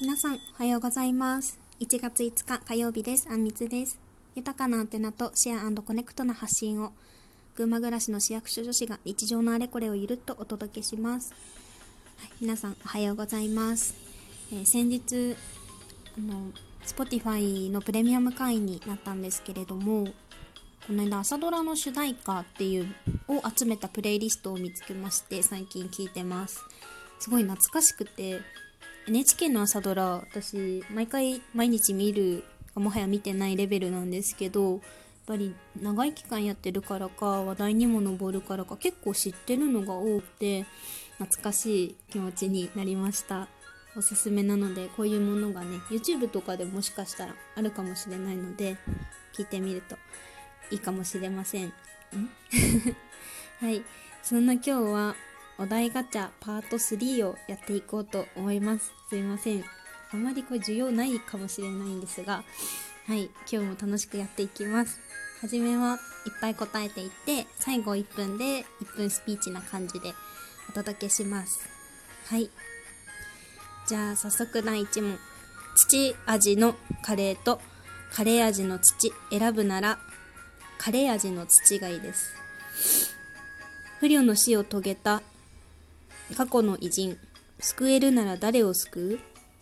皆さんおはようございます。1月5日火曜日です。あんみつです。豊かなアンテナとシェア&コネクトな発信を群馬暮らしの市役所女子が日常のあれこれをゆるっとお届けします。皆さんおはようございます。先日Spotify のプレミアム会員になったんですけれども、この間朝ドラの主題歌っていうを集めたプレイリストを見つけまして、最近聴いてます。すごい懐かしくて、 NHK の朝ドラ私毎日見る、もはや見てないレベルなんですけど、やっぱり長い期間やってるからか話題にも上るからか結構知ってるのが多くて、懐かしい気持ちになりました。おすすめなので、こういうものがね YouTube とかでもしかしたらあるかもしれないので聞いてみるといいかもしれません。はい、そんな今日はお題ガチャパート3をやっていこうと思います。すいません、あまりこれ需要ないかもしれないんですが、はい、今日も楽しくやっていきます。はじめはいっぱい答えていって、最後1分で1分スピーチな感じでお届けします。はい、じゃあ早速第1問。父味のカレーとカレー味の父選ぶならカレー味の父がいいです。不慮の死を遂げた過去の偉人、救えるなら誰を救う？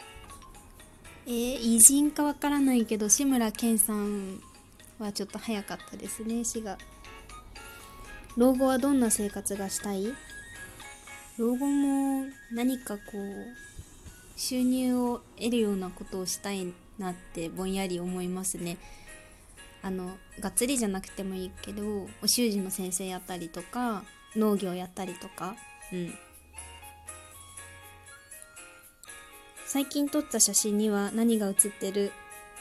偉人かわからないけど志村けんさんはちょっと早かったですね、死が。老後はどんな生活がしたい？老後も何かこう収入を得るようなことをしたいなってぼんやり思いますね。がっつりじゃなくてもいいけど、お習字の先生やったりとか農業やったりとか、最近撮った写真には何が写ってる？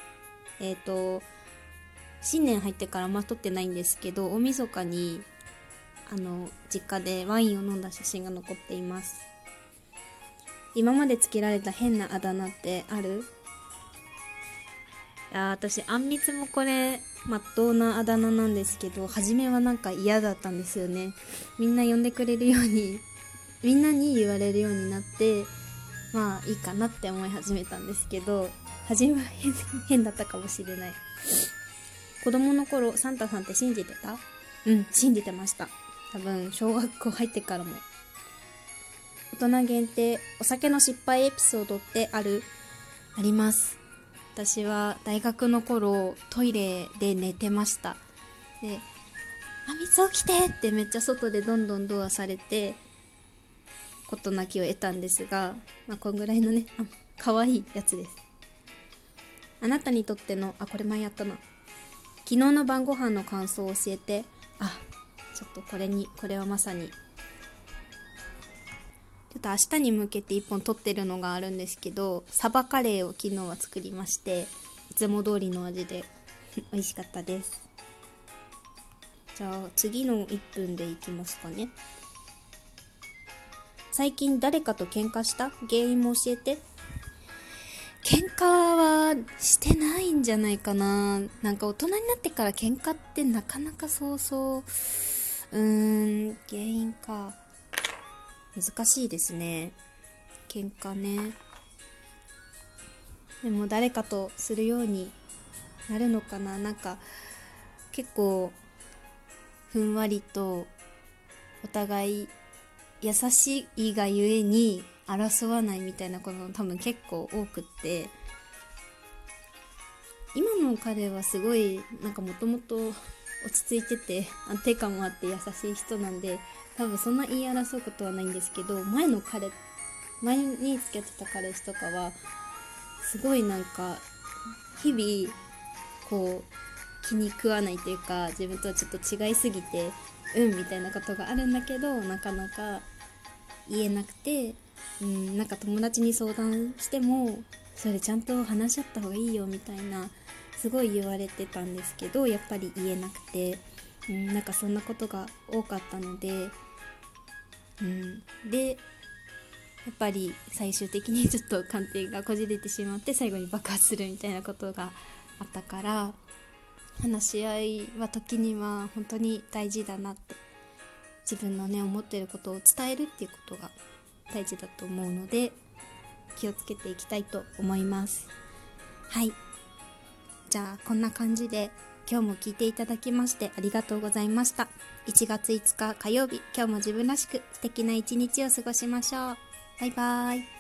新年入ってから撮ってないんですけど、大晦日に実家でワインを飲んだ写真が残っています。今までつけられた変なあだ名ってある？私あんみつもこれまっとうなあだ名なんですけど、初めはなんか嫌だったんですよね。みんな呼んでくれるようにみんなに言われるようになって、まあいいかなって思い始めたんですけど、初めは変だったかもしれない。子供の頃サンタさんって信じてた？信じてました。多分小学校入ってからも。大人限定お酒の失敗エピソードってあります。私は大学の頃トイレで寝てました。で、水起きてってめっちゃ外でどんどんドアされて事なきを得たんですが、こんぐらいのね、可愛いやつです。あなたにとってのこれ前やったな。昨日の晩ご飯の感想を教えて。ちょっとこれはまさにちょっと明日に向けて1本撮ってるのがあるんですけど、サバカレーを昨日は作りまして、いつも通りの味で美味しかったです。じゃあ次の1分でいきますかね。最近誰かと喧嘩した？原因も教えて。喧嘩はしてないんじゃないかな。なんか大人になってから喧嘩ってなかなか原因か。難しいですね、喧嘩ね。でも誰かとするようになるのかな。なんか結構ふんわりとお互い優しいがゆえに争わないみたいなことも多分結構多くって、今の彼はすごいなんかもともと落ち着いてて安定感もあって優しい人なんで、多分そんな言い争うことはないんですけど、前に付き合ってた彼氏とかはすごいなんか日々こう気に食わないというか、自分とはちょっと違いすぎてみたいなことがあるんだけど、なかなか言えなくて、なんか友達に相談してもそれちゃんと話し合った方がいいよみたいなすごい言われてたんですけど、やっぱり言えなくて、なんかそんなことが多かったので、でやっぱり最終的にちょっと鑑定がこじれてしまって最後に爆発するみたいなことがあったから、話し合いは時には本当に大事だなって、自分のね思っていることを伝えるっていうことが大事だと思うので、 気をつけていきたいと思います。はい、じゃあこんな感じで今日も聞いていただきましてありがとうございました。1月5日火曜日、今日も自分らしく素敵な一日を過ごしましょう。バイバーイ。